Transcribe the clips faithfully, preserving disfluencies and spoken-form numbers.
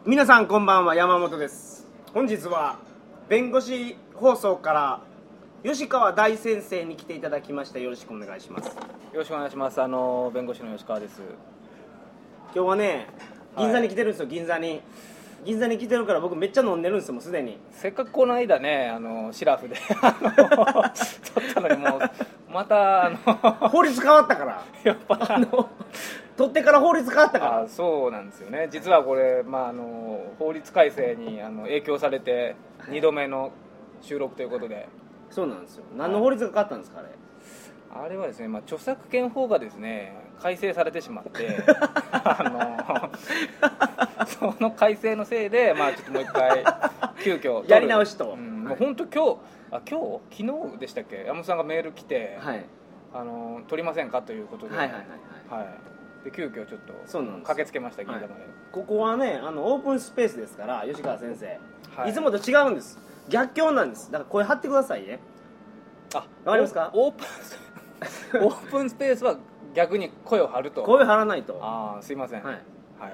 皆さんこんばんは、山本です。本日は弁護士放送から吉川大先生に来ていただきました。よろしくお願いします。よろしくお願いします。あの弁護士の吉川です。 今日はね、銀座に来てるんですよ。銀座に銀座に来てるから僕めっちゃ飲んでるんですよ、もうすでに。 せっかくこの間ね、あのシラフであの撮ったのに、もうまたあの法律変わったからやっぱあの取ってから法律変わったから。 あ、そうなんですよね。実はこれ、まあ、あの法律改正にあの影響されてにどめの収録ということで。 そうなんですよ。何の法律が変わったんですか、あれ。 あれはですね、まあ、著作権法がですね改正されてしまってあのその改正のせいで、まあ、ちょっともう一回急遽やり直しと、 うん、もう本当今日あ今日昨日でしたっけ、山本さんがメール来て、はい、あの取りませんかということで、はいはいはいはい、で急遽ちょっと駆けつけました、銀座まで、はい、 ここはね、あのオープンスペースですから、吉川先生、はい、いつもと違うんです。逆境なんです。だから声張ってくださいね。 あ、 わかりますか？ オープンオープンスペースは逆に声を張ると。 声を張らないと。 ああ、すいません。はい、はい、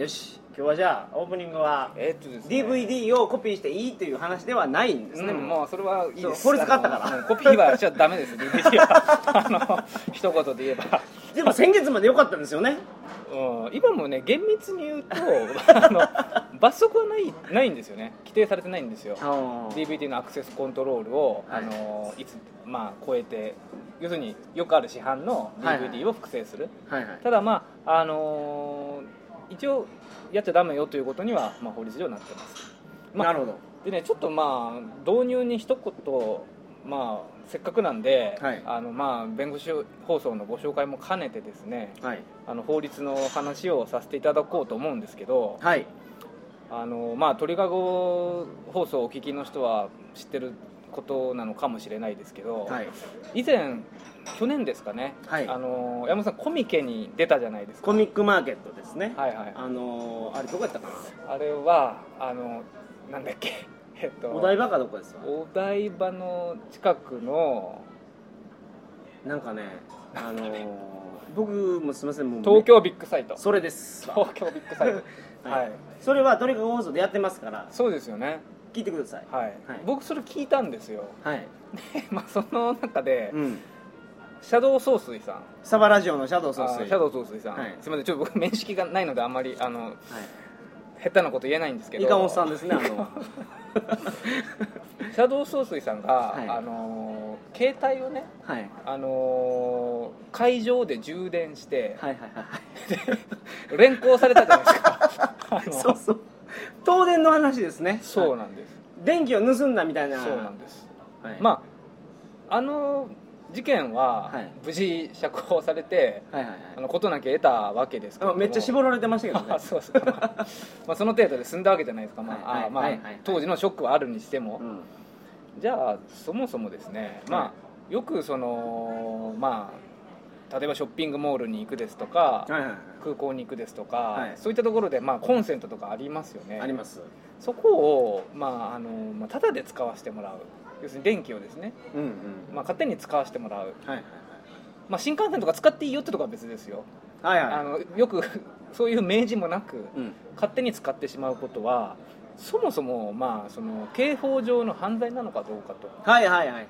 よし、今日はじゃあオープニングは、 えーっとですね、 ディーブイディー をコピーしていいという話ではないんですね。うん、 もうそれはいいです。 法律変わったから。 コピーはしちゃダメです。ディーブイディー はあの一言で言えば。 でも先月まで良かったんですよね。 うん、今もね、厳密に言うとあの罰則はないないんですよね。規定されてないんですよ。 ディーブイディー のアクセスコントロールを、はい、あのいつ、まあ、超えて、要するによくある市販の ディーブイディー を複製する、はいはいはい、ただ、まああのー、一応やっちゃダメよということには、まあ、法律上なってます、まあ、 なるほど。 でね、ちょっとまあ導入に一言、まあ、せっかくなんで、はい、あのまあ、弁護士放送のご紹介も兼ねてですね、はい、あの法律の話をさせていただこうと思うんですけど、はい、あのまあ、鳥かご放送をお聞きの人は知ってることなのかもしれないですけど、はい、以前去年ですかね、はい、あの山本さんコミケに出たじゃないですか。 コミックマーケットですね。 はいはい、 あのあれどこやったかな。 あれはあのなんだっけえっと、 お台場かどこですか。 お台場の近くのなんかね、あのー、僕もすみません、もう東京ビッグサイト。 それです。 東京ビッグサイトはい、はい、 それは鳥かご放送でやってますから。 そうですよね、 聞いてください。 はい、はい、僕それ聞いたんですよ。はい、で、まあ、その中で、うん、シャドウ総帥さん、 サバラジオのシャドウ総帥、 シャドウ総帥さん、はい、すみません、ちょっと僕面識がないのであんまりあの、はい、下手なこと言えないんですけど、 イカモンさんですね。あのシャドウ総帥さんが、はい、あの携帯をね、はい、あの会場で充電して、はいはいはい、連行されたじゃないですかあのそうそう、東電の話ですね。 そうなんです、 はい、電気を盗んだみたいな。 そうなんです、はい、まああの事件は無事釈放されて、はいはいはい、あの事なき得たわけですけども、 めっちゃ絞られてましたけどねそうそう、まあ、まあその程度で済んだわけじゃないですか、まあはいはいまあはいはい、当時のショックはあるにしても、うん、じゃあそもそもですね、まあ、はい、よくそのまあ例えばショッピングモールに行くですとか、はいはいはい、空港に行くですとか、はい、そういったところで、まあ、コンセントとかありますよね。 あります。 そこを、まああのまあ、タダで使わせてもらう、要するに電気をですね、うんうん、まあ、勝手に使わせてもらう、はいはいはい、まあ、新幹線とか使っていいよってところは別ですよ、はいはい、あのよくそういう明示もなく、うん、勝手に使ってしまうことはそもそも、まあ、その刑法上の犯罪なのかどうかと、はいはいはいはい、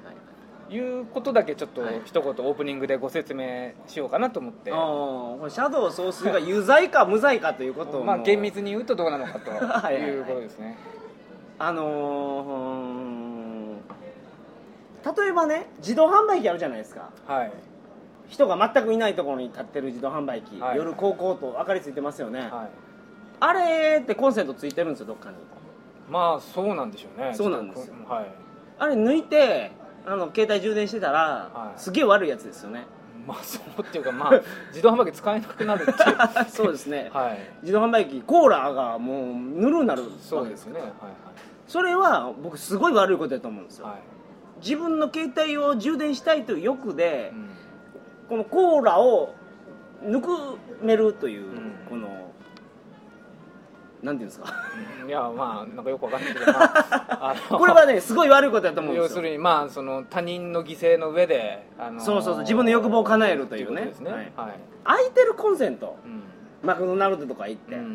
いうことだけちょっと一言オープニングでご説明しようかなと思って、 はい、シャドウ総帥が有罪か無罪かということをまあ厳密に言うとどうなのかということですね。はいはいはい、 あのー例えばね、自動販売機あるじゃないですか、はい、人が全くいないところに立ってる自動販売機、はい、夜こうこうと明かりついてますよね、はい、あれってコンセントついてるんですよ、どっかに。 まあそうなんでしょうね。 そうなんですよ、はい、あれ抜いてあの携帯充電してたら、はい、すげえ悪いやつですよね。 まあそうっていうか、まあ自動販売機使えなくなるっていうそうですね、はい、自動販売機コーラがもうぬるなるわけですから。そうですね、はいはい、それは僕すごい悪いことだと思うんですよ、はい、自分の携帯を充電したいという欲で、うん、このコーラをぬくめるという、うん、このなんていうんですかいやまあなんかよくわかんないけど、まあ、あこれはねすごい悪いことだと思うんですよ。 要するにまあその他人の犠牲の上で、あのー、 そうそうそう、自分の欲望を叶えるというね。 いうですね、はいはい、 空いてるコンセント、うん、マクドナルドとか行って、うん、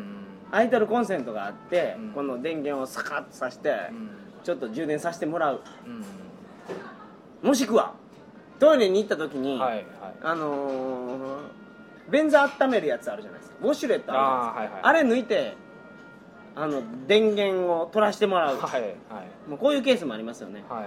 空いてるコンセントがあって、うん、この電源をスカッとさして、うん、ちょっと充電させてもらう、うん、もしくはトイレに行った時に、はいはい、あのー、便座温めるやつあるじゃないですか、ウォシュレットあるじゃないですか、あ、はいはい、あれ抜いてあの電源を取らせてもらう、はいはい、もうこういうケースもありますよね、はい、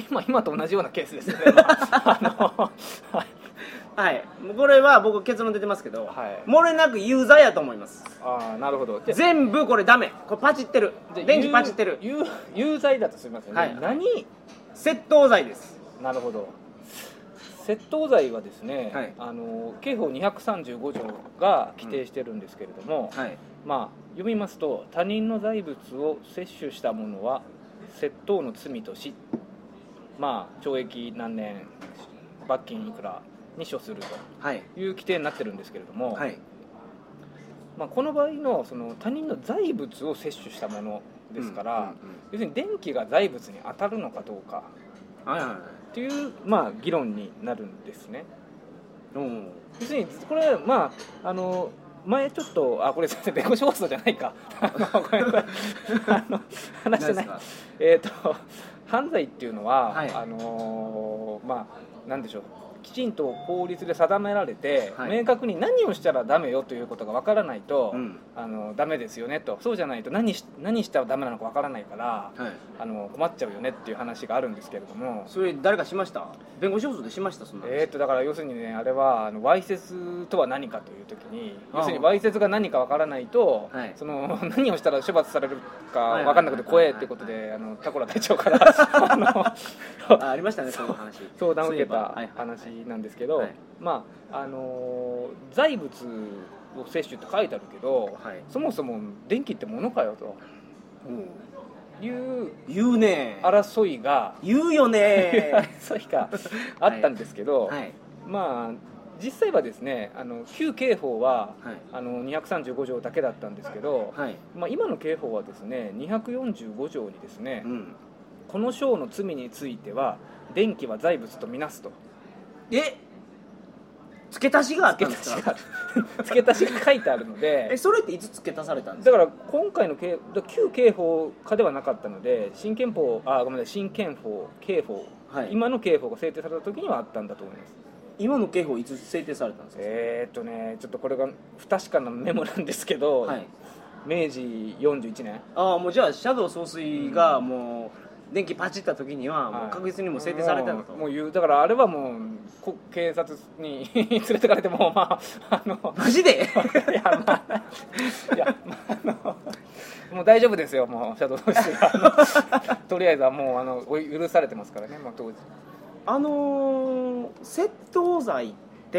今, 今と同じようなケースですよねあのはい、これは僕結論出てますけど、はい、漏れなく有罪やと思います。 ああ、なるほど。 全部これダメ、これパチってる、電気パチってる。 有, 有罪だとすみませんね、はい、何窃盗罪です。 なるほど。窃盗罪はですね、はい、あの刑法にひゃくさんじゅうご条が規定してるんですけれども、うん、はい、まあ、読みますと、他人の財物を窃取した者は窃盗の罪とし、まあ、懲役何年、罰金いくらに処するという規定になってるんですけれども、はい、まあ、この場合 の, その他人の財物を摂取したものですから、うんうんうん、要するに電気が財物に当たるのかどうかという、まあ、議論になるんですね。うん、要するにこれ、まあ、あの前ちょっとあこれ弁護士放送じゃないかあのごめんなさいあの話してないえーと犯罪っていうのは、はい、あのまあなんでしょう、きちんと法律で定められて、はい、明確に何をしたらダメよということが分からないと、うん、あのダメですよねと、そうじゃないと 何, し何したらダメなのか分からないから、はい、あの困っちゃうよねっていう話があるんですけれども、 それ誰かしました？弁護士放送でしました？そんなえー、とだから要するにね、あれはあのわいせつとは何かという時に、要するにわいせつが何か分からないと、はい、その何をしたら処罰されるか分からなくて怖えっていうことで、あの田倉隊長からあのあ, ありましたね、その話相談を受けた話なんですけど、はいはい、まああのー、財物を摂取って書いてあるけど、はい、そもそも電気ってものかよと、うん、いう言うね争いが言うよね争いがあったんですけど、はいはい、まあ実際はですね、あの旧刑法は、はい、あのにひゃくさんじゅうご条だけだったんですけど、はい、まあ、今の刑法はですねにひゃくよんじゅうご条にですね、うん、この章の罪については電気は財物とみなすと。 え付け足しがあったんですか？ 付け足しが書いてあるのでえそれっていつ付け足されたんですか？ だから今回の刑旧刑法下ではなかったので、新憲法あごめんなさい新憲法刑法、はい、今の刑法が制定された時にはあったんだと思います。 今の刑法いつ制定されたんですか？ えーっとねちょっとこれが不確かなメモなんですけど、はい、明治よんじゅういちねん。 ああ、もうじゃあシャドウ総帥がもう電気パチった時にはもう確実にも制定されたんだと、 はい、もう言うだからあれはもう警察に連れてかれてもまああのマジでいやまあいやまああのもう大丈夫ですよ、もうシャドウ総帥がとりあえずはもうあの許されてますからね、まあ、当時あのー、窃盗罪って、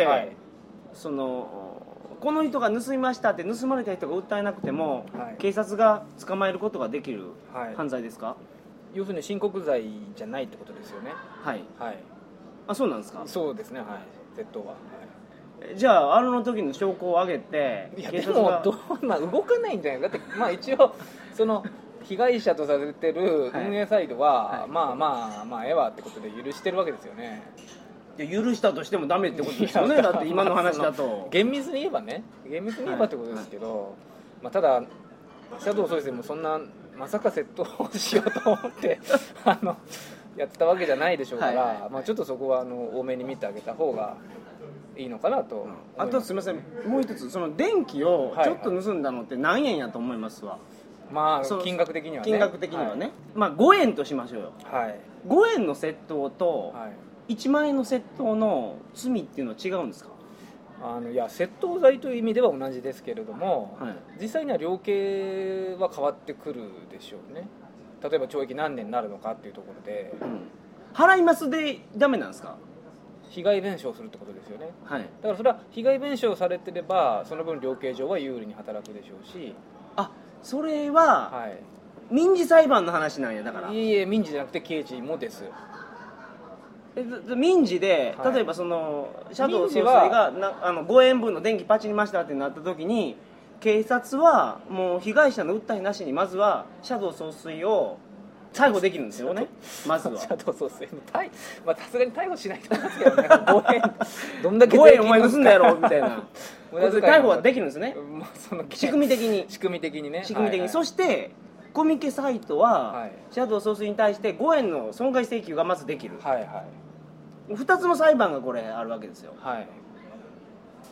はい、そのこの人が盗みましたって盗まれた人が訴えなくても、はい、警察が捕まえることができる犯罪ですか？はい、 要するに申告罪じゃないってことですよね。 はい、はい、あ、そうなんですか？ そうですね、はい、窃盗は、はい、 じゃああの時の証拠を上げていやでもどう、まあ、動かないんじゃないだって、まあ、一応その被害者とされてる運営サイドは、はいはい、まあまあまあええわってことで許してるわけですよね。 いや許したとしてもダメってことですよね。だって今の話だと厳密に言えばね厳密に言えばってことですけど、はい、まあ、ただシャドウ総帥もそんなまさか窃盗をしようと思ってあのやったわけじゃないでしょうから、はい、まあ、ちょっとそこはあの多めに見てあげた方がいいのかなと、 うん、あとすみません、もう一つその電気をちょっと盗んだのって何円やと思いますわ？はいはい、 まあ金額的にはね金額的にはね、はい、まあごえんとしましょうよ、はい、ごえんの窃盗といちまんえんの窃盗の罪っていうのは違うんですか？ あのいや窃盗罪という意味では同じですけれども、はい、実際には量刑は変わってくるでしょうね。例えば懲役何年になるのかっていうところで、うん、 払いますでダメなんですか？ 被害弁償するってことですよね、はい、だからそれは被害弁償されてればその分量刑上は有利に働くでしょうし、 あ、それは、はい、民事裁判の話なんや。だからいいえ民事じゃなくて刑事もです。 民事で例えばそのシャドウ総帥がなあのごえんぶんの電気パチりましたってなった時に警察はもう被害者の訴えなしにまずはシャドウ総帥を逮捕できるんですよねまずは。 シャドウ総帥の逮まあさすがに逮捕しないと思いますけどねごえんどんだけごえんお前盗んだやろみたいな逮捕はできるんですね、まあ、その仕組み的に仕組み的にね仕組み的に、はいはい、そしてコミケサイトは、はい、シャドウ総帥に対してごえんの損害請求がまずできる、はいはい、ふたつの裁判がこれあるわけですよ、はい、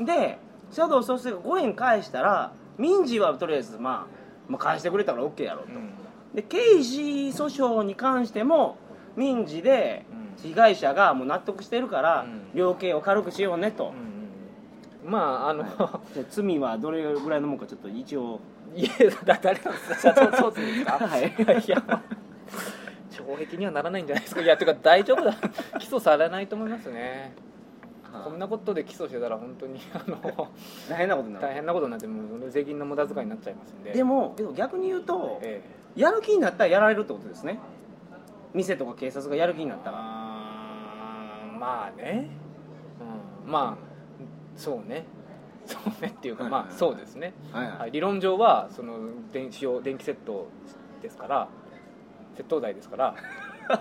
でシャドウ総帥がごえん返したら民事はとりあえず、まあ、まあ返してくれたら OK やろと、うん、で刑事訴訟に関しても民事で被害者がもう納得してるから、うん、量刑を軽くしようねと、 うん、まああの、 はい、罪はどれぐらいのもんかちょっと一応いやだ誰なんですか社長そうですかはいいや懲役にはならないんじゃないですか。いやというか大丈夫だ起訴されないと思いますね。こんなことで起訴してたら本当にあの大変なことになる大変なことになってもう税金の無駄遣いになっちゃいますんで。 でもけど逆に言うと、ええ、やる気になったらやられるってことですね。店とか警察がやる気になったらあまあね、うん、まあそうねそうねっていうか、はいはいはい、まあそうですね、はいはいはい、理論上はその電子用電気窃盗ですから窃盗罪ですからま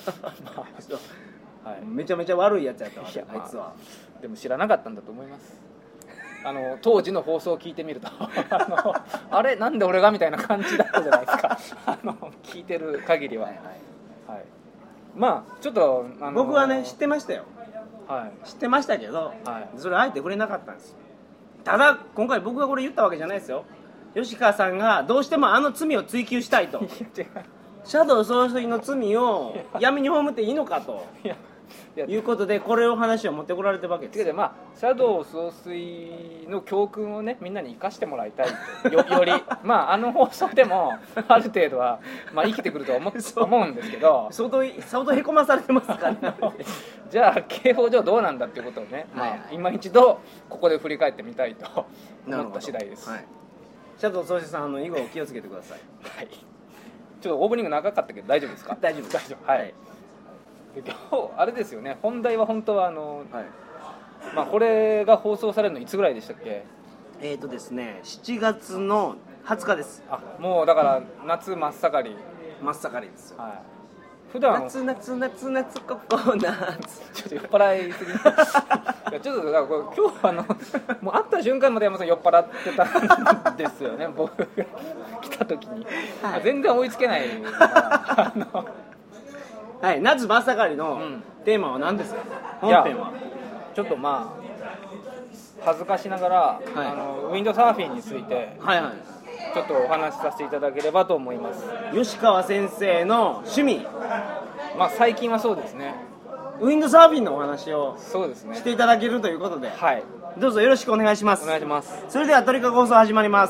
あ、はい、めちゃめちゃ悪いやつやったわけ、あいつは。 でも知らなかったんだと思います。あの当時の放送を聞いてみるとあのあれなんで俺がみたいな感じだったじゃないですかあの聞いてる限りは、はいはいはい、まあちょっと、あのー、 僕はね知ってましたよ、はい、知ってましたけど、 はい、 それあえて触れなかったんですよ。ただ今回僕がこれ言ったわけじゃないですよ。吉川さんがどうしてもあの罪を追及したいとシャドウ総帥の罪を闇に葬っていいのかということでこれを話を持ってこられてるわけです。 まあ、シャドウ総帥の教訓をねみんなに生かしてもらいたいと よ, よりまああの放送でもある程度は、まあ、生きてくると 思, 思うんですけど相当相当へこまされてますからねじゃあ刑法上どうなんだっていうことをね、はいはい、まあ、今一度ここで振り返ってみたいと思った次第です、はい、 シャドウ総帥さんあの以後気をつけてくださいはいちょっとオープニング長かったけど大丈夫ですか？ 大丈夫大丈夫、 はい、で今日あれですよね、本題は本当はあの、はい、まあこれが放送されるのいつぐらいでしたっけ？ えーとですねしちがつのはつかです。 あもうだから夏真っ盛り真っ盛りですよ、はい、 普段夏夏夏夏ここ夏ちょっと酔っ払いすぎいやちょっとだからこれ今日あのもう会った瞬間まで山本さん酔っ払ってたんですよね僕が来た時に、はい、全然追いつけないあのはい、夏真っ盛りのテーマは何ですか？本編はちょっとまあ恥ずかしながら、はい、あのウィンドサーフィンについて、はいはい、ちょっとお話しさせていただければと思います。 吉川先生の趣味、 まあ最近はそうですね、 ウィンドサーフィンのお話をそうですねしていただけるということで、 はい、 どうぞよろしくお願いします。 お願いします。 それでは鳥かご放送始まります。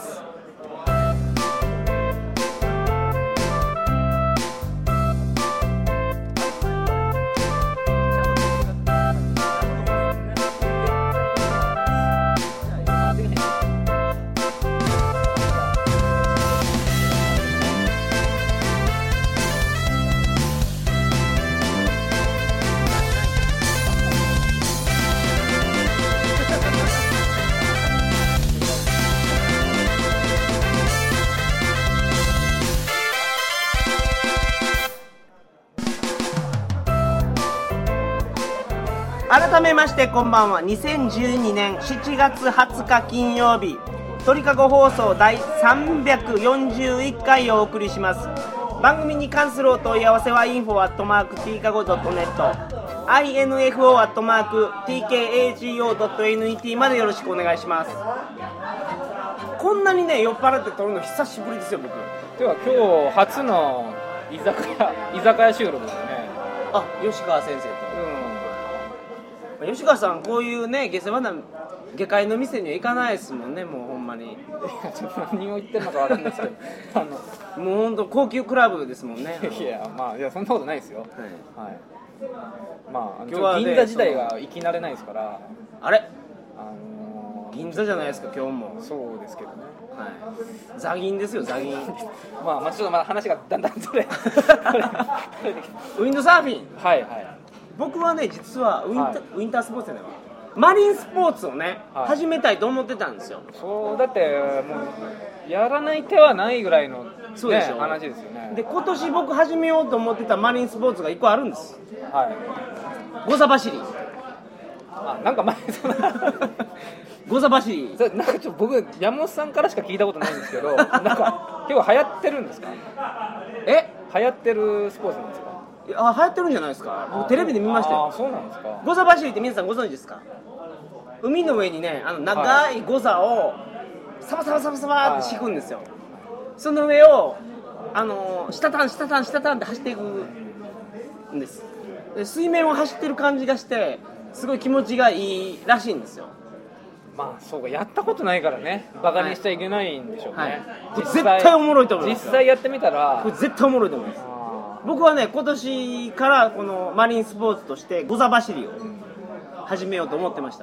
改めましてこんばんは。にせんじゅうにねんしちがつはつか金曜日、鳥かご放送第さんびゃくよんじゅういっかいをお送りします。番組に関するお問い合わせは インフォ アットマーク ティーカゴ ドットネット インフォ アットマーク ティーケーエージーオー ドットネット までよろしくお願いします。こんなにね酔っ払って撮るの久しぶりですよ僕。 では今日初の居酒屋居酒屋収録ですね。 あ、吉川先生と、うん、吉川さんこういうね下世話な下界の店には行かないですもんね。もうほんまに何を言ってるのか分かんないですけどあのもうほんと高級クラブですもんねいやまあいやそんなことないですよ、はいはい、まあ今日は、ね、銀座時代が生き慣れないですから。 あれ、あのー、銀座じゃないですか今日も。 そうですけどね、 はい、座銀ですよ座銀まあまあちょっとまだ話がだんだんそれウィンドサーフィン、 はいはい、 僕はね実はウィンタ、はい、ウィンタースポーツじゃないわマリンスポーツをね、はい、始めたいと思ってたんですよ。 そうだってもうやらない手はないぐらいのそうでしょ、 ね、話ですよね。 で今年僕始めようと思ってたマリンスポーツがいっこあるんです。はい。ゴザ走り。 あ、なんか前そんなゴザ走り。 なんかちょっと僕山本さんからしか聞いたことないんですけど、なんか結構流行ってるんですか？ え？ 流行ってるスポーツなんですか？ あ、流行ってるんじゃないですか。僕テレビで見ましたよ。 あ、そうなんですか。 ゴザ走りって皆さんご存知ですか？海の上にね、あの長いゴザをサバサバサバサバって敷くんですよ。その上をあの下タン下タン下タンって走っていくんです。で水面を走ってる感じがしてすごい気持ちがいいらしいんですよ。 まあそうか、やったことないからね、バカにしちゃいけないんでしょうね。はいはい、 絶対おもろいと思います。 実際やってみたらこれ絶対おもろいと思います。僕はね、今年からこのマリンスポーツとしてゴザ走りを始めようと思ってました。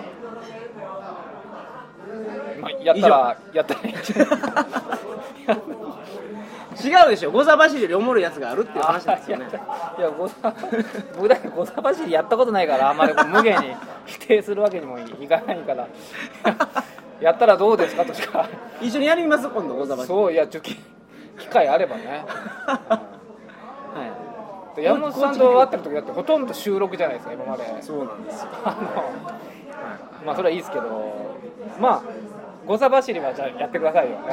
まあ、やったらやったらいいんじゃない違うでしょ、ゴザ走りよりおもろいやつがあるっていう話なんですよね。 いや、ゴザ僕だけゴザ走りやったことないから、あんまり無限に否定するわけにもいかないからやったらどうですかとしか。 一緒にやります今度ゴザ走り。 そう、いや、ちょっと機会あればねはい、山本さんと会ってる時だってほとんど収録じゃないですか今まで。 そうなんですよあのまあそれはいいですけど、まあゴザ走りはじゃあやってくださいよ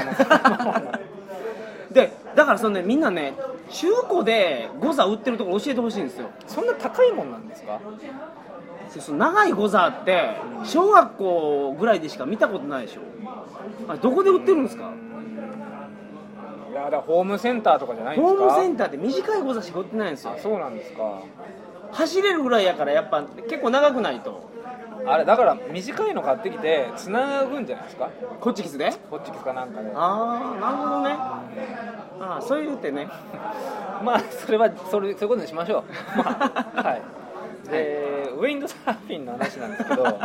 で、だからそのね、みんなね、中古でゴザ売ってるところ教えてほしいんですよ。 そんな高いもんなんですか？ その長いゴザって小学校ぐらいでしか見たことないでしょ。あれどこで売ってるんですか？ いや、だからホームセンターとかじゃないんですか？ ホームセンターって短いゴザしか売ってないんですよ。 あ、そうなんですか。 走れるぐらいやからやっぱ結構長くないと。 あれだから短いの買ってきてつなぐんじゃないですか？ ホッチキスで？ ホッチキスかなんかで。 ああ、なるほどね。ああ、そういうってねまあそれはそれそういうことにしましょうまあ、はい。で、ウィンドサーフィンの話なんですけどあの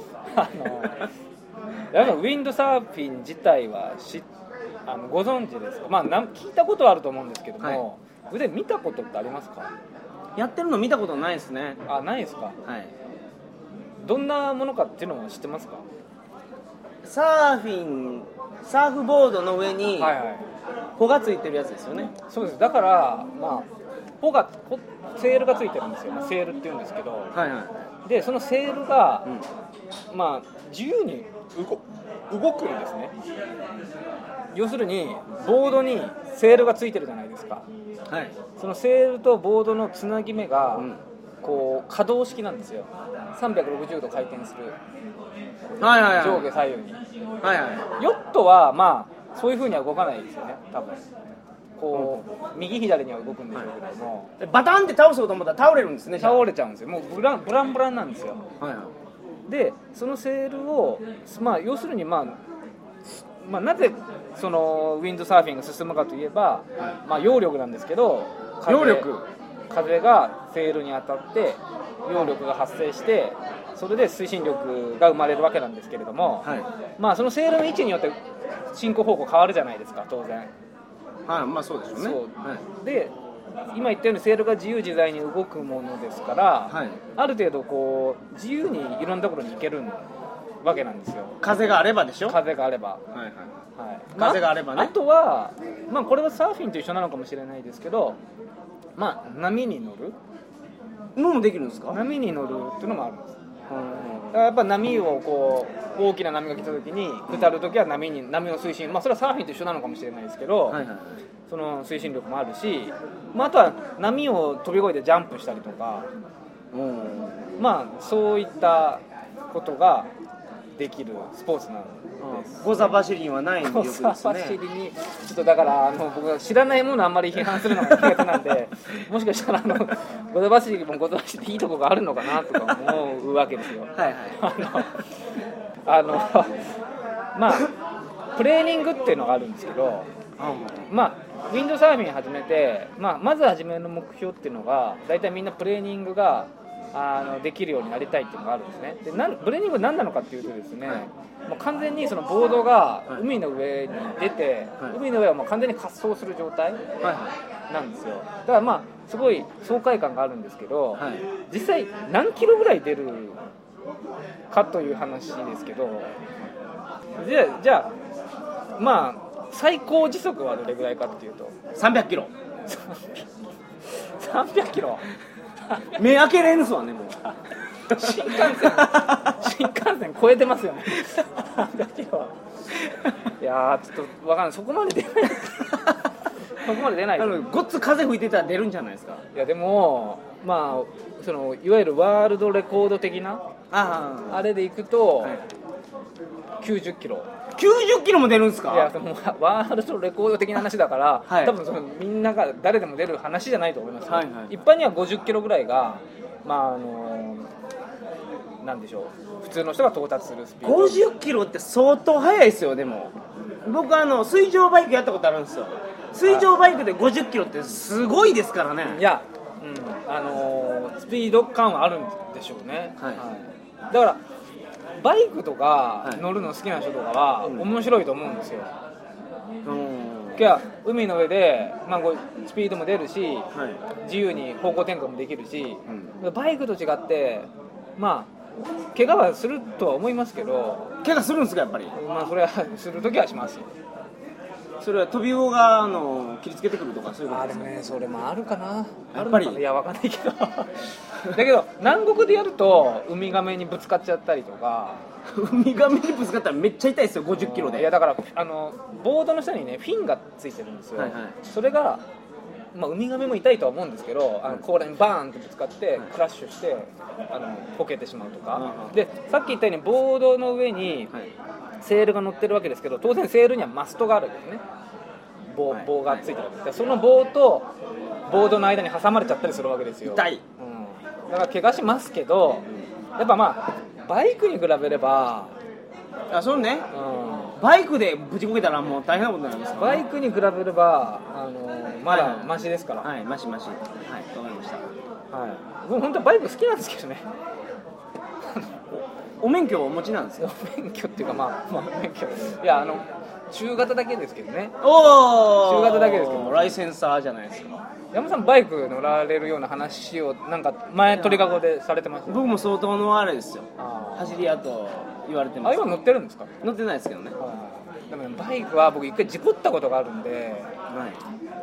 やっぱウィンドサーフィン自体はしあのご存知ですか？まあなん聞いたことはあると思うんですけども、はい、腕見たことってありますか？ やってるの見たことないですね。 あ、ないですか？ はい。 どんなものかっていうのは知ってますか？ サーフィンサーフボードの上に帆がついてるやつですよね。 そうです。だからまあ帆が帆セールがついてるんですよ。セールっていうんですけど、はいはい、でそのセールが、うん、まあ自由に動, 動くんですね。要するにボードにセールがついてるじゃないですか。はい、そのセールとボードのつなぎ目が、うん、こう可動式なんですよ。さんびゃくろくじゅうど回転する、はいはいはい、上下左右に、はいはい、ヨットはまあそういう風には動かないですよね多分。こう、うん、右左には動くんでしょうけども、 はい、バタンって倒そうと思ったら倒れるんですね。 倒れちゃうんですよ。もうブランブランブランなんですよ、はいはい、でそのセールを、まあ、要するに、まあまあ、なぜそのウィンドサーフィンが進むかといえば、はい、まあ、揚力なんですけど、 揚力風がセールに当たって揚力が発生してそれで推進力が生まれるわけなんですけれども、はい、まあそのセールの位置によって進行方向変わるじゃないですか当然。 はい、まあそうですよね。そう、 はい、で今言ったようにセールが自由自在に動くものですから、はい、ある程度こう自由にいろんなところに行けるわけなんですよ。 風があればでしょ。 風があれば、はいはいはい、風があればね。あとは、まあ、これはサーフィンと一緒なのかもしれないですけど、まあ、波に乗るのもできるんですか？ 波に乗るっていうのもあるんです。だからやっぱ波をこう大きな波が来た時に下る時は波に波の推進、まあそれはサーフィンと一緒なのかもしれないですけど、はいはい、その推進力もあるし、まあ、あとは波を飛び越えてジャンプしたりとか、うん、まあそういったことができるスポーツなんです。 ゴザ走りにはないんでよくですね。ゴザ走りにちょっとだからあの僕は知らないものをあんまり批判するのが苦手なんでもしかしたらあのゴザ走りもゴザ走りでいいとこがあるのかなとか思うわけですよ。はいはい、あのあのまあプレーニングっていうのがあるんですけど、うん、まあウィンドサーフィン始めて、まあ、まず初めの目標っていうのがだいたいみんなプレーニングがあのできるようになりたいっていうのがあるんですね。でなんプレーニングは何なのかっていうとですね、はい、もう完全にそのボードが海の上に出て、はい、海の上はもう完全に滑走する状態なんですよ。だからまあすごい爽快感があるんですけど、はい、実際何キロぐらい出るかという話ですけど、じゃあ、じゃあまあ最高時速はどれぐらいかっていうとさんびゃくキロさんびゃくキロ目開けれんすわねもう新幹線新幹線超えてますよねさんびゃくキロはいやーちょっとわかんないそこまで出ないそこまで出ないあのごっつ風吹いてたら出るんじゃないですか。 いやでもまあそのいわゆるワールドレコード的な あ, あれでいくと、はい、きゅうじゅっキロきゅうじゅっキロも出るんですか。 いやそのワールドレコード的な話だから、はい、多分そのみんなが誰でも出る話じゃないと思います、はいはい、一般にはごじゅっキロぐらいがまああのなんでしょう普通の人が到達するスピード。 ごじゅっキロって相当速いですよ。でも僕あの水上バイクやったことあるんですよ。水上バイクでごじゅっキロってすごいですからね。 いや、うんあのー、スピード感はあるんでしょうね、はいはい、だからバイクとか乗るの好きな人とかは面白いと思うんですよ、うん、いや海の上で、まあ、スピードも出るし、はい、自由に方向転換もできるし、うん、バイクと違ってまあ怪我はするとは思いますけど。 怪我するんですかやっぱり。 まあそれはするときはしますよ。 それは飛び魚があの切りつけてくるとかそういうことですか。 あれねそれもあるかな。 やっぱりいやわかんないけどだけど南国でやるとウミガメにぶつかっちゃったりとかウミガメにぶつかったらめっちゃ痛いですよごじゅっキロで。 いやだからあのボードの下にねフィンがついてるんですよ、はいはい、それがまあ、ウミガメも痛いとは思うんですけどあの甲羅にバーンとぶつかってクラッシュしてあのこけてしまうとか、うん、でさっき言ったようにボードの上にセールが乗ってるわけですけど当然セールにはマストがあるんですね。 棒, 棒がついてるわけです。その棒とボードの間に挟まれちゃったりするわけですよ。 痛い、 うん、だから怪我しますけどやっぱまあバイクに比べればあそうね、うん、バイクでぶちこけたらもう大変なことになります、ね、 バイクに比べればあのまだマシですから。 はい、はい、マシマシ。はい、わかりました。 はい。僕本当はバイク好きなんですけどね。 お免許をお持ちなんですか。 お免許っていうかまあ、まあ、免許いやあの中型だけですけどね。 お中型だけですけどライセンサーじゃないですか。 山さんバイク乗られるような話をなんか前鳥かごでされてました、ね、 僕も相当のあれですよ。走り屋と言われてます。 あ今乗ってるんですか。 乗ってないですけどね。 でも、ね、バイクは僕一回事故ったことがあるんで、はい、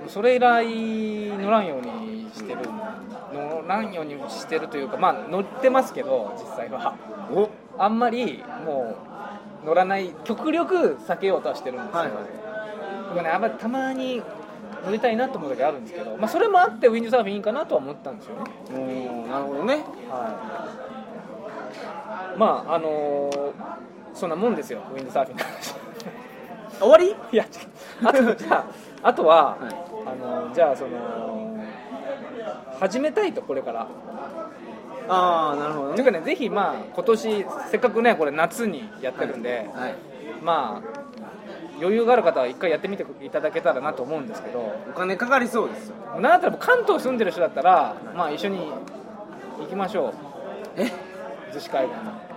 それ以来乗らんようにしてる乗らんようにしてるというかまあ乗ってますけど実際はおあんまりもう乗らない極力避けようとはしてるんですよ、はいはい、僕ねあんまりたまに乗りたいなと思う時あるんですけど、まあ、それもあってウィンドサーフィンいいかなとは思ったんですよね。 おなるほどね、 はい、まああのー、そんなもんですよウィンドサーフィンの話終わり？ いやあとじゃああとは、はい、あのじゃあその始めたいとこれからああなるほどね。 というかねぜひまあ今年せっかくねこれ夏にやってるんで、はいはい、まあ余裕がある方は一回やってみていただけたらなと思うんですけどお金かかりそうですよ。 なんだったら関東住んでる人だったら、はい、まあ一緒に行きましょう。 え逗子海岸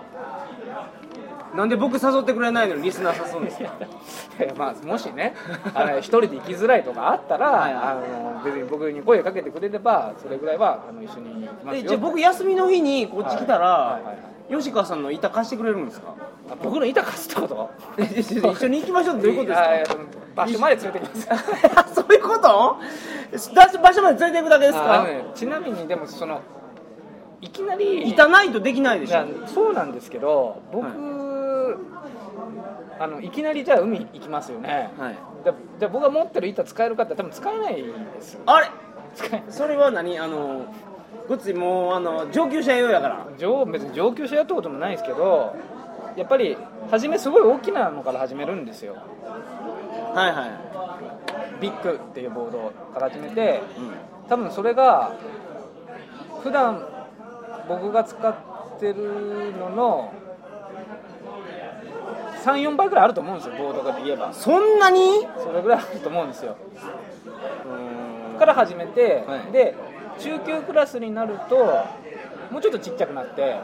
なんで僕誘ってくれないのにリスナー誘うんですか。いやまあもしねあの一人で行きづらいとかあったらはい、あの別に僕に声かけてくれればそれぐらいはあの一緒に行きますよ。 じゃあ僕休みの日にこっち来たら、はいはいはいはい、吉川さんの板貸してくれるんですか。 あ僕の板貸すってこと一緒に行きましょうってどういうことですか。 場所まで連れてきますそういうこと場所まで連れて行くだけですか。 ね、ちなみにでもそのいきなり板ないとできないでしょ。 そうなんですけど僕、はいあのいきなりじゃあ海行きますよね、はい、じゃじゃあ僕が持ってる板使えるかって多分使えないですよ。 あれ使えそれは何あのごっついもうあの上級者用やから上別に上級者やったこともないですけどやっぱり初めすごい大きなのから始めるんですよ。 はいはいビッグっていうボードから始めて、うん、多分それが普段僕が使ってるののさん、よんばいぐらいあると思うんですよボードで言えば。 そんなにそれぐらいあると思うんですよ。うーんから始めて、はい、で中級クラスになるともうちょっとちっちゃくなって、はい、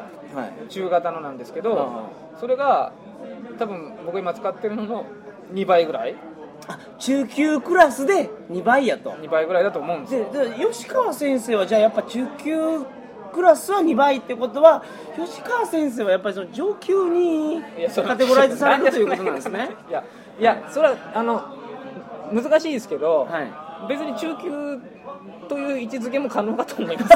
中型のなんですけど、はい、それが多分僕今使ってるののにばいぐらい。 あ中級クラスでにばいやと。 にばいぐらいだと思うんですよ。 でで吉川先生はじゃあやっぱ中級クラスはにばいってことは吉川先生はやっぱりその上級にカテゴライズされるということなんですね。 いやいやそれはあの難しいですけど、はい、別に中級という位置づけも可能かと思います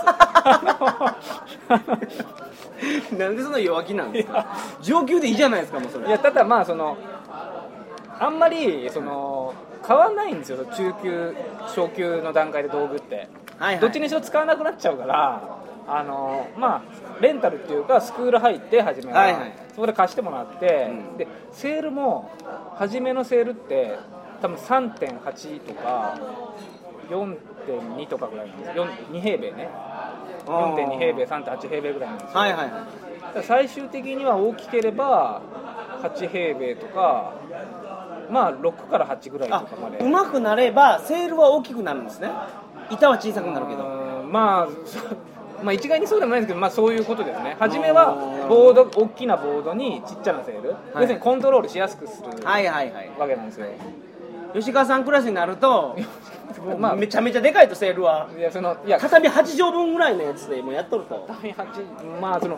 なんでそんな弱気なんですか。上級でいいじゃないですか。もうそれ。 いやただまあそのあんまりその買わないんですよ、中級小級の段階で道具って、はいはい、どっちにしろ使わなくなっちゃうから、あのまあレンタルっていうかスクール入って初めは、はいはい、そこで貸してもらって、うん、でセールも初めのセールって多分 さんてんはち とか よんてんに とかぐらいなんですよ。に平米ね、 よんてんに 平米 さんてんはち 平米ぐらいなんですよ、はいはいはい、最終的には大きければはち平米とか、まあろくからはちぐらいとかまで。 うまくなればセールは大きくなるんですね。板は小さくなるけど、 まあまあ一概にそうでもないんですけど、まあそういうことですね。初めはボード、大きなボードにちっちゃなセール、はい、要するにコントロールしやすくするわけなんですよ。 吉川さんクラスになるとまあめちゃめちゃでかいとセールは、いやそのいや畳はち畳分ぐらいのやつでもうやっとると、 畳はち、まあその、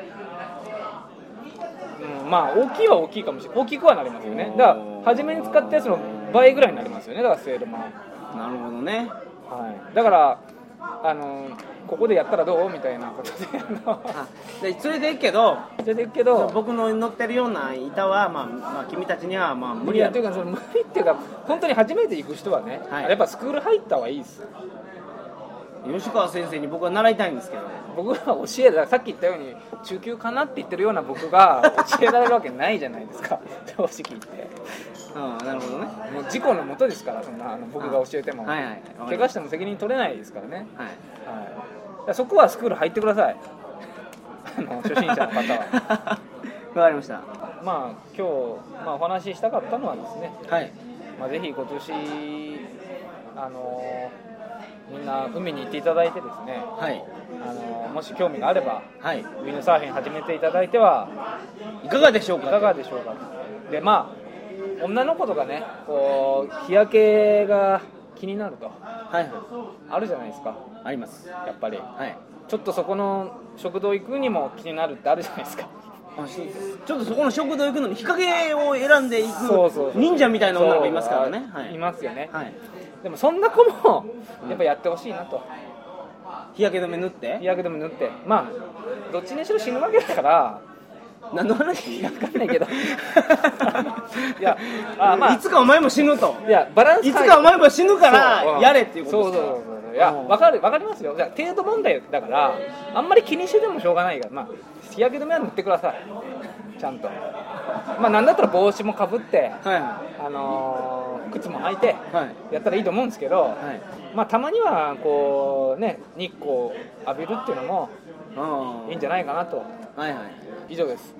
うん、まあ大きいは大きいかもしれない、大きくはなりますよね。だから初めに使ったやつの倍ぐらいになりますよね。だからセールも。 なるほどね。 はい。だからあのここでやったらどうみたいなことであでそれでいいけど、 それでいいけど僕の乗ってるような板は、まあまあ、君たちにはまあ無理やというか、その無理っていうか本当に初めて行く人はね、はい、やっぱスクール入った方がいいです。 吉川先生に僕は習いたいんですけど、 僕は教える、さっき言ったように中級かなって言ってるような僕が教えられるわけないじゃないですか正直言って。 ああなるほどね。 もう事故のもとですから、そんなあの僕が教えても、はいはい、怪我しても責任取れないですからね、はいはい、そこはスクール入ってくださいあの初心者の方はわかりました。 まあ今日、まあ、お話ししたかったのはですね、はい、まあ、ぜひ今年あのみんな海に行っていただいてですね、はい、あのもし興味があれば、はい、ウィンドサーフィン始めていただいてはいかがでしょうか。いかがでしょうか。でまあ女の子とかね、こう日焼けが気になると、はいはい、あるじゃないですか。 あります。 やっぱり、はい、ちょっとそこの食堂行くにも気になるってあるじゃないですか。 あちょっとそこの食堂行くのに日陰を選んでいく忍者みたいな女の子いますからね。 はい、いますよね、はい、でもそんな子もやっぱやってほしいなと、 うん、日焼け止め塗って日焼け止め塗って、まあどっちにしろ死ぬわけだから何の話？ わかんないけどいやあ、まあ、いつかお前も死ぬと。 いやバランスいつかお前も死ぬからやれっていうことですか。そうそうそうそう。いやわかるわかりますよ。じゃ程度問題だからあんまり気にしててもしょうがないから、まあ日焼け止めは塗ってくださいちゃんと。まあなんだったら帽子もかぶって、はい、あのー、靴も履いてやったらいいと思うんですけど、はい、まあたまにはこうね日光浴びるっていうのもいいんじゃないかなと。はいはい。以上です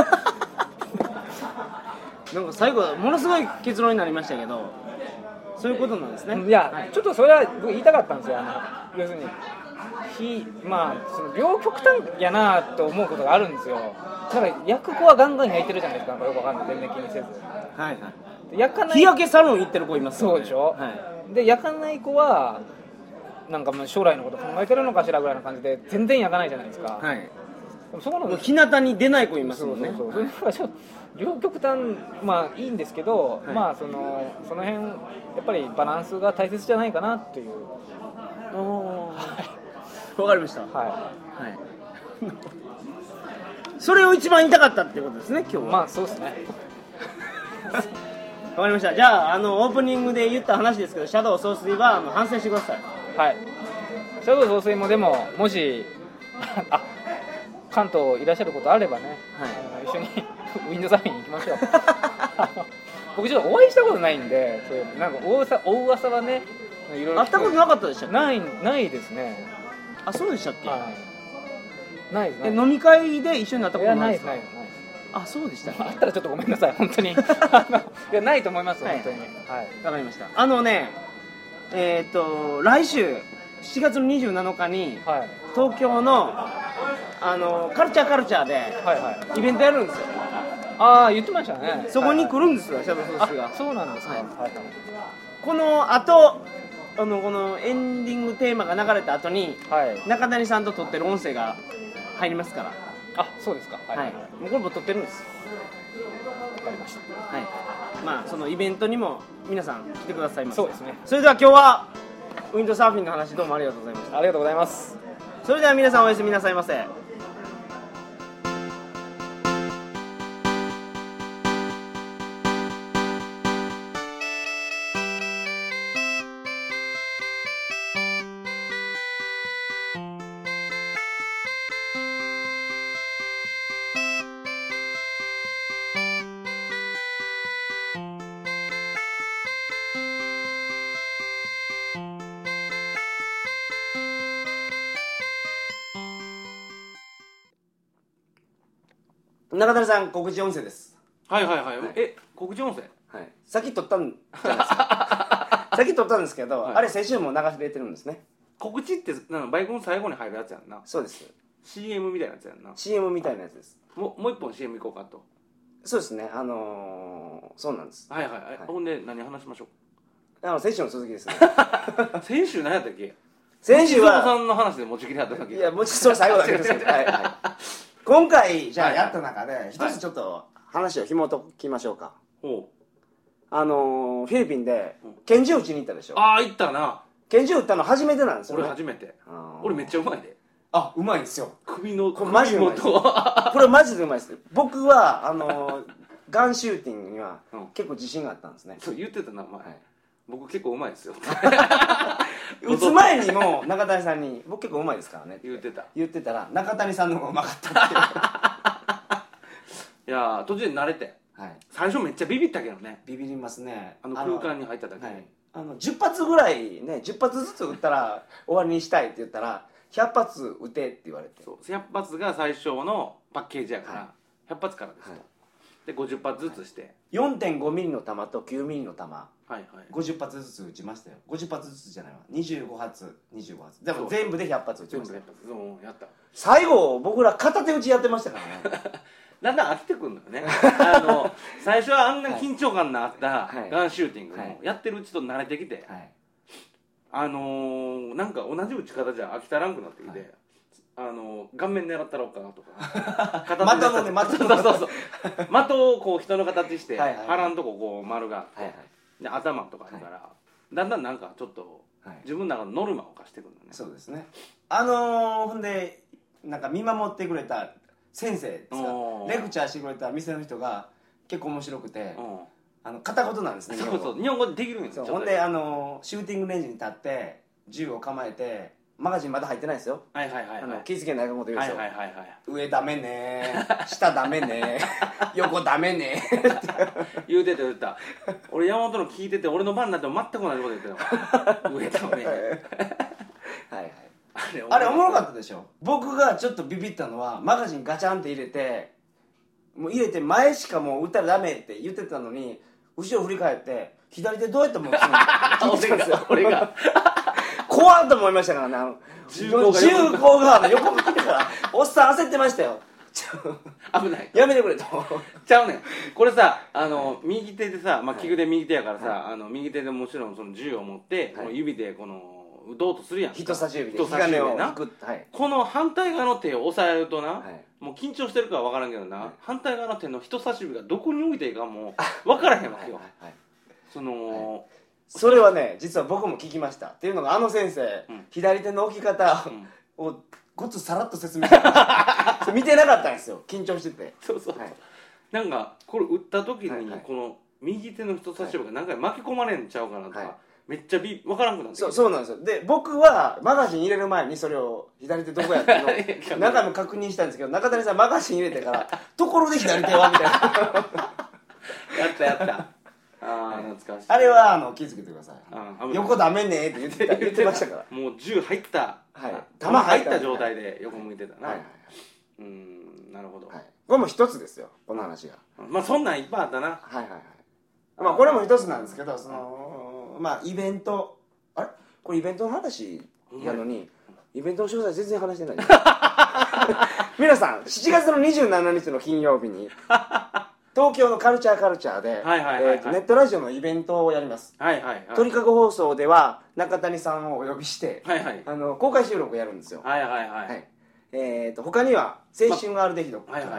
なんか最後ものすごい結論になりましたけど、そういうことなんですね。 いや、はい、ちょっとそれは僕言いたかったんですよ。あの要するに非まあその両極端やなと思うことがあるんですよ。だから焼く子はガンガン焼いてるじゃないですか。なんかよくわかんない、全然気にせず、はいはい、焼かない日焼けサロン行ってる子います、 ね、そうでしょ、はい、で焼かない子はなんかもう将来のこと考えてるのかしらぐらいな感じで全然焼かないじゃないですか、はい、 そこの日向に出ない子いますもんね。 そうそうそう、それ両極端、まあいいんですけど、はい、まあそのその辺やっぱりバランスが大切じゃないかなっていう。 おー、はい、わかりました。はい、はい、それを一番言いたかったってことですね今日は。 まあそうですねわかりました。じゃああのオープニングで言った話ですけど、シャドウ総帥はあの反省してください。 はい、シャドウ総帥もでももしあ関東いらっしゃることあればね、はい、あの一緒にウィンドサーフィンに行きましょう僕ちょっとお会いしたことないんで、そういうなんか大噂、大噂はね、 いろいろ会ったことなかったでしたっけ？ ないないですね。 あ、そうでしたっけ？はい、 ないですね。 え、飲み会で一緒になったことないですか？ ないですないです。 あ、そうでしたっけ？ あったらちょっとごめんなさい本当にいやないと思います、はい、本当に。はい、 わかりました。あのね、えー、っと来週しちがつのにじゅうなのかに、はい、東京のあのカルチャーカルチャーでイベントやるんですよ。 ああ言ってましたね。 そこに来るんですよ、シャドウ総帥が。 そうなんですか。はい、 この後あのこのエンディングテーマが流れた後に、はい、中谷さんと撮ってる音声が入りますから。 あ、そうですか。はい、はい、 もうこれも撮ってるんです。 わかりました。 はい、まあそのイベントにも皆さん来てくださいました。 そうですね。 それでは今日はウィンドサーフィンの話どうもありがとうございました。 ありがとうございます。 それでは皆さんおやすみなさいませ。中谷さん、告知音声です。 はいはいはい、はい、え告知音声、 はい、さっき撮ったんじゃないですかさっき撮ったんですけど、はい、あれ先週も流れてるんですね。 告知ってなんかバイクの最後に入るやつやんな。 そうです。 シーエム みたいなやつやんな。 シーエム みたいなやつです。 ももう一本 シーエム 行こうかと。 そうですね、あのー、そうなんです。 はいはいはい、はい、ほんで何話しましょう。あの先週の続きですね先週何やったっけ。 先週はさんの話で持ちきりやっただけ。 いやもちそれ最後だけですけどはい、はい、今回じゃあやった中で一つちょっと話を紐解きましょうか。 ほう。 あのー、フィリピンで拳銃撃ちに行ったでしょ。 ああ行ったな。 拳銃撃ったの初めてなんですよね。 俺初めて。俺めっちゃうまいで。 あ、うまいんですよ。 首のこれマジでうまいです。これマジでうまいです。僕はあのー、ガンシューティングには結構自信があったんですね。 そう言ってたなお前、はい、僕結構うまいですよ撃つ前にも中谷さんに僕結構うまいですからねって言ってた言ってたら中谷さんの方がうまかったっていういや途中で慣れて、はい、最初めっちゃビビったけどね。 ビビりますね。 あの空間に入っただけ、 はい、あのじゅっ発ぐらいねじゅっ発ずつ撃ったら終わりにしたいって言ったらひゃっ発撃てって言われて。 そうひゃっ発が最初のパッケージやから、はい、ひゃっ発からですと、はい、でごじゅっ発ずつして、はい、 よんてんごミリの弾ときゅうミリの弾、 はいはい、 ごじゅっ発ずつ撃ちましたよ。ごじゅっ発ずつじゃないわにじゅうご発にじゅうご発でも全部でひゃっ発撃ちました。 全部でひゃっ発やった。 最後僕ら片手打ちやってましたからねだんだん飽きてくるのよねあの最初はあんな緊張感のあったガンシューティングもやってるうちと慣れてきて、はい、あのー、なんか同じ打ち方じゃ飽き足らんくなってきて、はい、あのー、顔面狙ったろうかなとか的のね的のそうそうそう的をこう人の形して腹のとここう丸があって、はいはい、で頭とかあるから、はい、だんだんなんかちょっと自分の中のノルマを課してくるんだね。 そうですね。あのー、ほんでなんか見守ってくれた先生ですか、レクチャーしてくれた店の人が結構面白くて、あの片言なんですね。 そうそう日本語でできるんですよ。 ほんであのシューティングレンジに立って銃を構えてマガジンまだ入ってないですよ。 はいはいはい、はい、あの気付けないこと言うんですよ。 はいはいはいはい、 上ダメね下ダメね横ダメね言うてた言うた。俺山本の聞いてて俺の番になっても全く同じこと言ってた上ダメはいはいあれ, あれおもろかったでしょ。僕がちょっとビビったのはマガジンガチャンって入れてもう入れて前しかもう撃ったらダメって言ってたのに後ろ振り返って左手どうやって持つのって聞いてたんですよ俺が怖っと思いましたからね。あの銃口がの横向いてからおっさん焦ってましたよ危ないやめてくれとちゃうねんこれさあの右手でさ、まあ、利くで右手やからさ、はい、あの右手でもちろんその銃を持って、はい、指でこの打とうとするやん。 人差し指で人差し指でな、 はい、 この反対側の手を押さえるとな、はい、もう緊張してるかは分からんけどな、はい、反対側の手の人差し指がどこに置いていいかもう分からへんわけよ。その、はい、 それはね実は僕も聞きましたっていうのがあの先生、うん、左手の置き方をごつさらっと説明してそれ見てなかったんですよ緊張してて。 そうそう、はい、なんかこれ打った時にこの右手の人差し指が何回巻き込まれんちゃうかなとか、はいめっちゃビ分からんくなってそうそうなんですよ。で僕はマガジン入れる前にそれを左手どこやっていうのを何回も確認したんですけど中谷さんマガジン入れてからところで左手はみたいなやったやったああ懐かしい。 あれはあの気づけてください。横ダメねって言ってた言ってましたからもう銃入った、 はい、 弾入った状態で横向いてたな、はいはいはい、うんなるほど、はい、 これも一つですよこの話が。 まあそんなんいっぱいあったな。 はいはいはい。まあこれも一つなんですけどそのまあイベントあれこれイベントの話やのに、うん、イベントの詳細全然話してない皆さんしちがつのにじゅうしちにちの金曜日に東京のカルチャーカルチャーでネットラジオのイベントをやります。 はいはいはい、 鳥かご放送では中谷さんをお呼びして、 はいはい、 あの公開収録をやるんですよ。 はいはいはい、はい、 えー、と他には青春アルデヒド、 はいはい、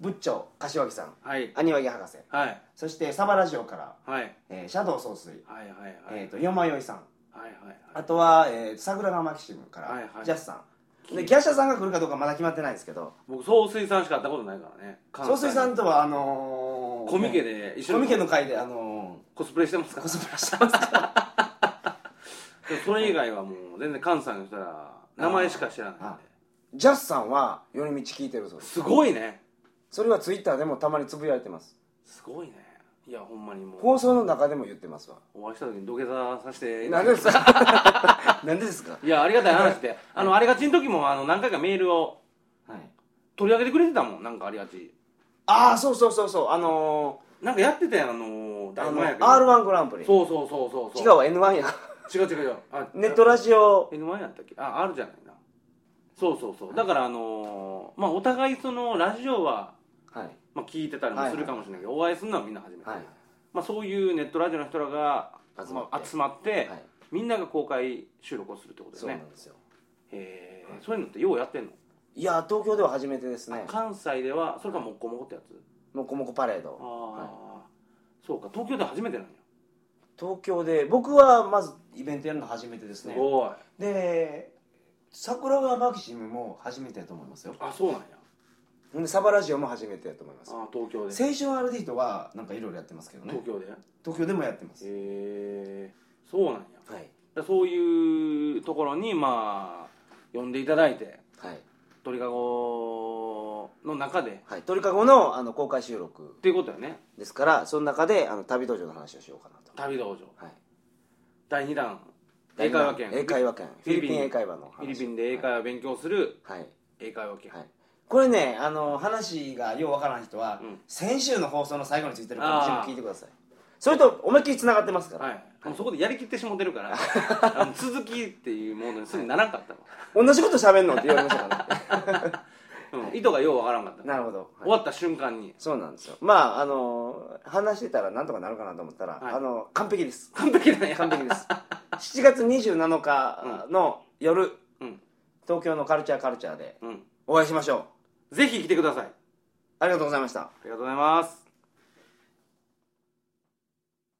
ブッチョ柏木さん、 はい、 アニワギ博士、 はい、 そしてサバラジオから、 はいえー、シャドウ総帥、 はいはいはい、 えーとよまよいさん、 はいはいはい、 あとは、えー、桜川マキシムから、はいはい、ジャスさんで、ギャシャさんが来るかどうかまだ決まってないんですけど、 僕総帥さんしか会ったことないからね。 総帥さんとはあのー、 コミケで一緒にコミケの会で、あのー、コスプレしてますか。 コスプレしてますかそれ以外はもう全然関西の人ら名前しか知らないんで。 ジャスさんは寄り道聞いてるそうです。 すごいね。 それはツイッターでもたまにつぶやいてます。 すごいね。いやほんまにもう放送の中でも言ってますわ。 お会いした時に土下座させて。 なんでですかなんでですか。 いやありがたい話で、あのありがちの時もあの何回かメールを取り上げてくれてたもん。なんかありがち。 ああそうそうそうそう、あのー、なんかやってたやん、あのー、 あの アールワン グランプリ。 そうそうそうそうそう。 違うわ エヌワン や。 違う違う違う。あネットラジオエヌワン やったっけ。あ R じゃないな。そうそうそう。だからあのー、まあお互いそのラジオは、はい、まあ聞いてたりもするかもしれないけど、はいはい、お会いするのはみんな初めて、はいはい、まあそういうネットラジオの人らが集まって、まあ、集まって、はい、みんなが公開収録をするってことですね。そうなんですよ。へえ、はい、そういうのってようやってんの。 いや東京では初めてですね。 関西ではそれかもっこもこってやつ、 もこもこパレード。ああ、 はい、そうか、東京では初めてなんや。 東京で僕はまずイベントやるの初めてですね。 すごい。 で桜川マキシムも初めてやと思いますよ。 あ、そうなんや。 でサバラジオも初めてやと思います。 あ、東京で。 青春アルディートはなんかいろいろやってますけどね。 東京で東京でもやってます。 へえ、そうなんや。 はい、 そういうところにまあ呼んでいただいて、 はい、 鳥かごの中で、 はい、鳥かご の, あの公開収録っていうことよね。 ですから、その中であの旅道場の話をしようかなと。 旅道場、はい、だいにだん英会話圏英会話圏フィリピン英会話の話。 フィリピンで英会話勉強する、はい、英会話圏、 はい、これね、あの話がようわからない人は、うん、先週の放送の最後についてるかもしれない。聞いてください。それと思いっきり繋がってますから、 はいはい、そこでやりきってしもてるからあの続きっていうものにすぐならんかったの。 同じこと喋んのって言われましたからねうん、意図がようわからんかった。 なるほど、はい、 終わった瞬間に。 そうなんですよ。まああの話してたらなんとかなるかなと思ったら、はい、あの完璧です。 完璧だね。 完璧ですしちがつにじゅうなのかの夜、うん、東京のカルチャーカルチャーでお会いしましょう、 うん、ぜひ来てください。 ありがとうございました。 ありがとうございます。